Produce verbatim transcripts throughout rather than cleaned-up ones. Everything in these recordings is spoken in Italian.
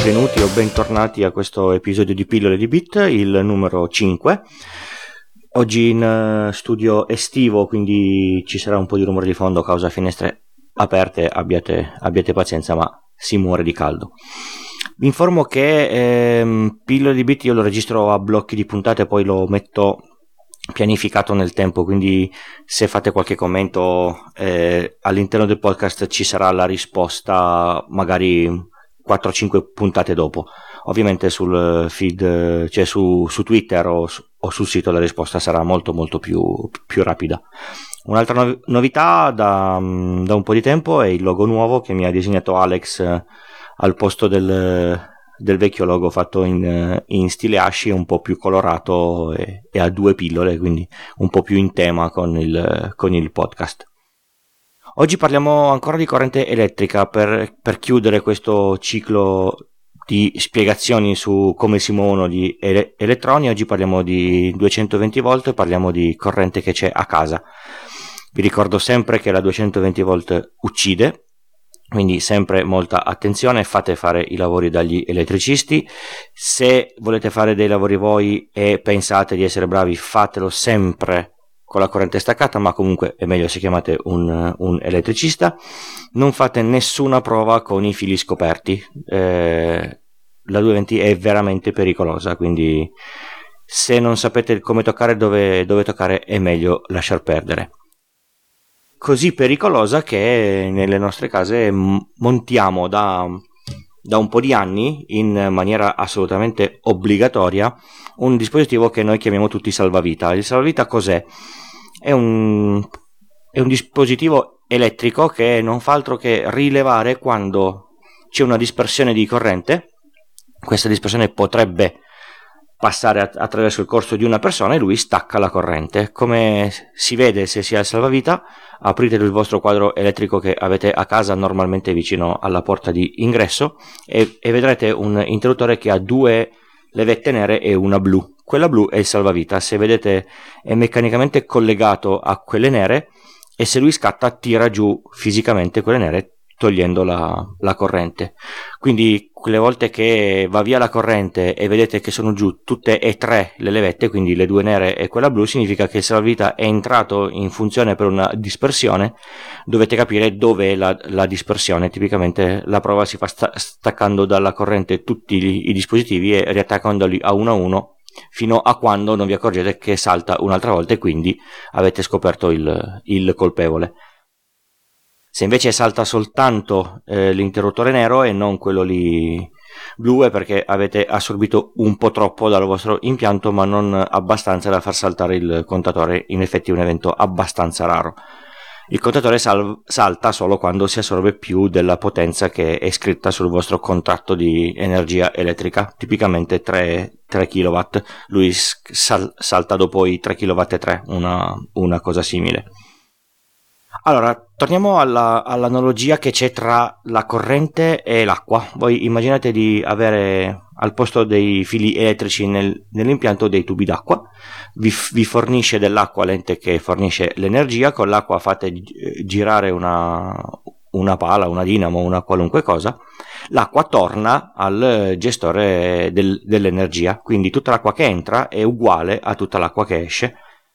benvenuti o bentornati a questo episodio di Pillole di Bit, il numero cinque. Oggi in studio estivo, quindi ci sarà un po' di rumore di fondo a causa finestre aperte, abbiate, abbiate pazienza, ma si muore di caldo. Vi informo che ehm, Pillole di Bit io lo registro a blocchi di puntate e poi lo metto pianificato nel tempo, quindi se fate qualche commento eh, all'interno del podcast ci sarà la risposta magari quattro cinque puntate dopo. Ovviamente sul feed, cioè su, su Twitter o, o sul sito la risposta sarà molto molto più, più rapida. Un'altra no- novità da, da un po' di tempo è il logo nuovo che mi ha disegnato Alex eh, al posto del, del vecchio logo fatto in, in stile Ashi, un po' più colorato e, e a due pillole, quindi un po' più in tema con il, con il podcast. Oggi parliamo ancora di corrente elettrica per, per chiudere questo ciclo di spiegazioni su come si muovono gli ele- elettroni. Oggi parliamo di duecentoventi volt e parliamo di corrente che c'è a casa. Vi ricordo sempre che la duecentoventi volt uccide, quindi sempre molta attenzione, fate fare i lavori dagli elettricisti. Se volete fare dei lavori voi e pensate di essere bravi, fatelo sempre con la corrente staccata, ma comunque è meglio se chiamate un, un elettricista. Non fate nessuna prova con i fili scoperti, eh, la duecentoventi è veramente pericolosa, quindi se non sapete come toccare, dove, dove toccare, è meglio lasciar perdere. Così pericolosa che nelle nostre case montiamo da, da un po' di anni in maniera assolutamente obbligatoria un dispositivo che noi chiamiamo tutti salvavita. Il salvavita cos'è? È un, è un dispositivo elettrico che non fa altro che rilevare quando c'è una dispersione di corrente. Questa dispersione potrebbe passare attraverso il corpo di una persona e lui stacca la corrente. Come si vede se si ha il salvavita, aprite il vostro quadro elettrico che avete a casa, normalmente vicino alla porta di ingresso, e, e vedrete un interruttore che ha due levette nere e una blu. Quella blu è il salvavita, se vedete è meccanicamente collegato a quelle nere e se lui scatta tira giù fisicamente quelle nere togliendo la, la corrente. Quindi quelle volte che va via la corrente e vedete che sono giù tutte e tre le levette, quindi le due nere e quella blu, significa che il salvavita è entrato in funzione per una dispersione. Dovete capire dove è la, la dispersione. Tipicamente la prova si fa sta- staccando dalla corrente tutti i, i dispositivi e riattaccandoli a uno a uno fino a quando non vi accorgete che salta un'altra volta e quindi avete scoperto il, il colpevole. Se invece salta soltanto eh, l'interruttore nero e non quello lì blu, è perché avete assorbito un po' troppo dal vostro impianto, ma non abbastanza da far saltare il contatore. In effetti è un evento abbastanza raro. Il contatore sal- salta solo quando si assorbe più della potenza che è scritta sul vostro contratto di energia elettrica, tipicamente tre chilowatt. Lui sal- salta dopo i tre virgola tre chilowatt, una, una cosa simile. Allora, torniamo alla, all'analogia che c'è tra la corrente e l'acqua. Voi immaginate di avere al posto dei fili elettrici nel, nell'impianto dei tubi d'acqua, vi, vi fornisce dell'acqua l'ente che fornisce l'energia, con l'acqua fate girare una, una pala, una dinamo, una qualunque cosa, l'acqua torna al gestore del, dell'energia, quindi tutta l'acqua che entra è uguale a tutta l'acqua che esce.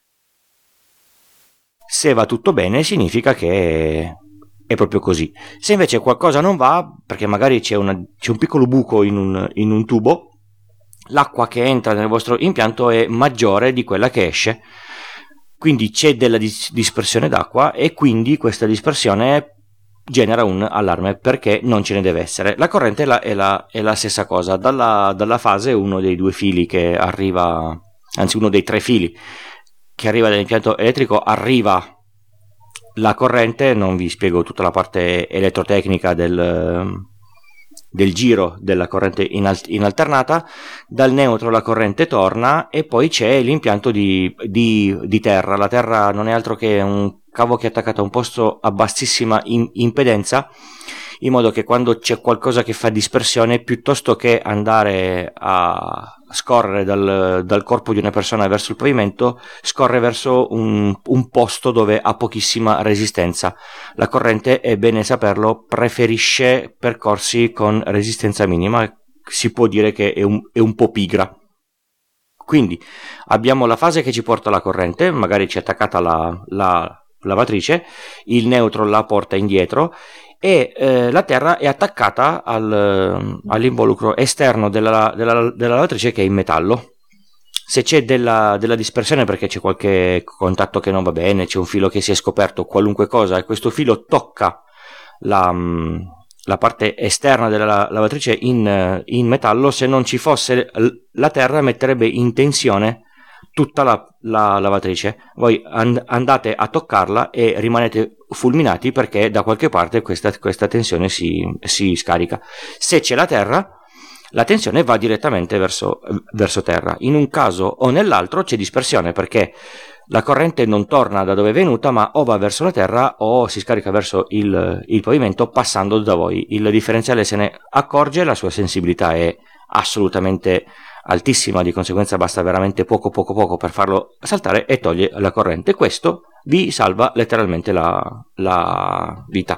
Se va tutto bene significa che è proprio così. Se invece qualcosa non va, perché magari c'è, una, c'è un piccolo buco in un, in un tubo, l'acqua che entra nel vostro impianto è maggiore di quella che esce, quindi c'è della dis- dispersione d'acqua e quindi questa dispersione genera un allarme perché non ce ne deve essere. La corrente è la, è la, è la stessa cosa. Dalla, dalla fase uno dei due fili che arriva, anzi uno dei tre fili che arriva dall'impianto elettrico, arriva la corrente. Non vi spiego tutta la parte elettrotecnica del, del giro della corrente in, alt- in alternata. Dal neutro la corrente torna e poi c'è l'impianto di, di, di terra. La terra non è altro che un cavo che è attaccato a un posto a bassissima in- impedenza, in modo che quando c'è qualcosa che fa dispersione, piuttosto che andare a scorrere dal, dal corpo di una persona verso il pavimento, scorre verso un, un posto dove ha pochissima resistenza. La corrente, è bene saperlo, preferisce percorsi con resistenza minima, si può dire che è un, è un po' pigra. Quindi abbiamo la fase che ci porta la corrente, magari ci è attaccata la, la lavatrice, il neutro la porta indietro e eh, la terra è attaccata al, all'involucro esterno della, della, della lavatrice, che è in metallo. Se c'è della, della dispersione perché c'è qualche contatto che non va bene, c'è un filo che si è scoperto, qualunque cosa, e questo filo tocca la, la parte esterna della lavatrice in, in metallo, se non ci fosse la terra metterebbe in tensione tutta la, la lavatrice. Voi and, andate a toccarla e rimanete fulminati perché da qualche parte questa, questa tensione si, si scarica. Se c'è la terra, la tensione va direttamente verso, verso terra. In un caso o nell'altro c'è dispersione, perché la corrente non torna da dove è venuta, ma o va verso la terra o si scarica verso il, il pavimento passando da voi. Il differenziale se ne accorge, la sua sensibilità è assolutamente altissima, di conseguenza basta veramente poco poco poco per farlo saltare e toglie la corrente. Questo vi salva letteralmente la, la vita.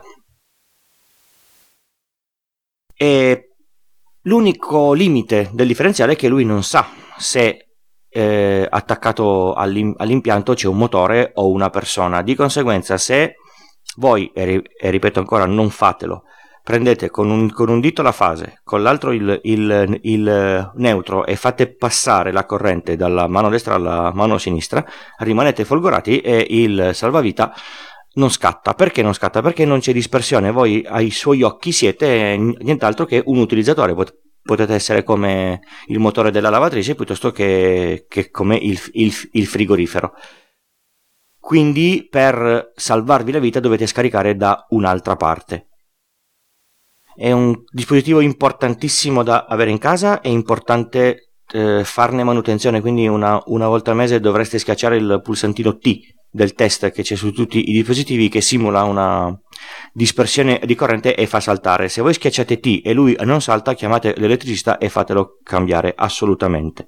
E l'unico limite del differenziale è che lui non sa se eh, attaccato all'im- all'impianto c'è un motore o una persona. Di conseguenza, se voi, e, ri- e ripeto ancora, non fatelo, prendete con un, con un dito la fase, con l'altro il, il, il neutro e fate passare la corrente dalla mano destra alla mano sinistra, rimanete folgorati e il salvavita non scatta. Perché non scatta? Perché non c'è dispersione. Voi ai suoi occhi siete nient'altro che un utilizzatore. Pot- potete essere come il motore della lavatrice piuttosto che, che come il, il, il frigorifero. Quindi per salvarvi la vita dovete scaricare da un'altra parte. È un dispositivo importantissimo da avere in casa, è importante eh, farne manutenzione, quindi una, una volta al mese dovreste schiacciare il pulsantino T del test che c'è su tutti i dispositivi, che simula una dispersione di corrente e fa saltare. Se voi schiacciate T e lui non salta, chiamate l'elettricista e fatelo cambiare assolutamente.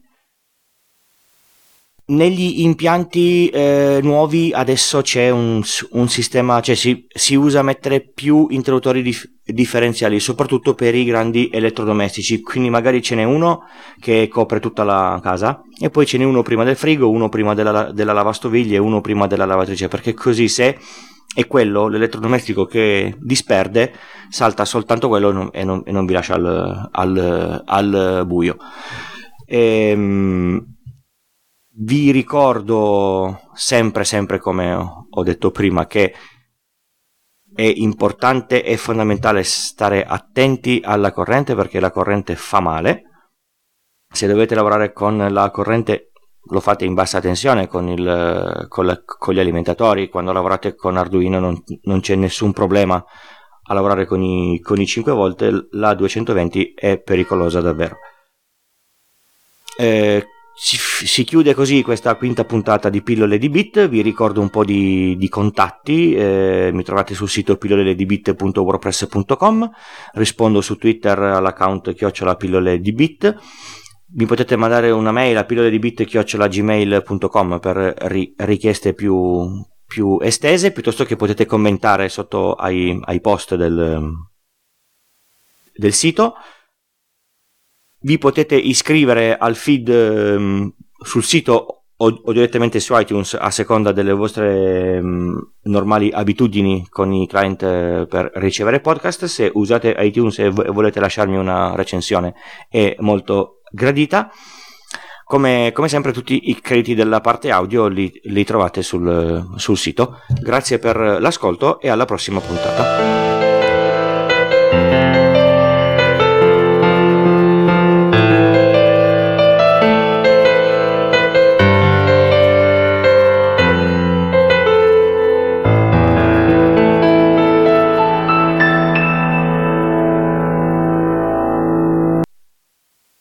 Negli impianti eh, nuovi adesso c'è un, un sistema, cioè si, si usa mettere più interruttori dif- differenziali, soprattutto per i grandi elettrodomestici, quindi magari ce n'è uno che copre tutta la casa e poi ce n'è uno prima del frigo, uno prima della, della lavastoviglie e uno prima della lavatrice, perché così se è quello l'elettrodomestico che disperde, salta soltanto quello e non, e non, e non vi lascia al, al, al buio. Ehm... Vi ricordo sempre, sempre come ho detto prima, che è importante e fondamentale stare attenti alla corrente, perché la corrente fa male. Se dovete lavorare con la corrente lo fate in bassa tensione con, il, con, la, con gli alimentatori. Quando lavorate con Arduino non, non c'è nessun problema a lavorare con i, con i cinque volt. La duecentoventi è pericolosa davvero. Eh, Si, si chiude così questa quinta puntata di Pillole di Bit. Vi ricordo un po' di, di contatti. Eh, mi trovate sul sito pillole di bit punto wordpress punto com. Rispondo su Twitter all'account chiocciola pillole di bit. Mi potete mandare una mail a pillole di bit chiocciola gmail punto com per ri, richieste più, più estese, piuttosto che potete commentare sotto ai, ai post del, del sito. Vi potete iscrivere al feed um, sul sito o, o direttamente su iTunes, a seconda delle vostre um, normali abitudini con i client uh, per ricevere podcast. Se usate iTunes e, v- e volete lasciarmi una recensione, è molto gradita. Come, come sempre tutti i crediti della parte audio li, li trovate sul, sul sito. Grazie per l'ascolto e alla prossima puntata.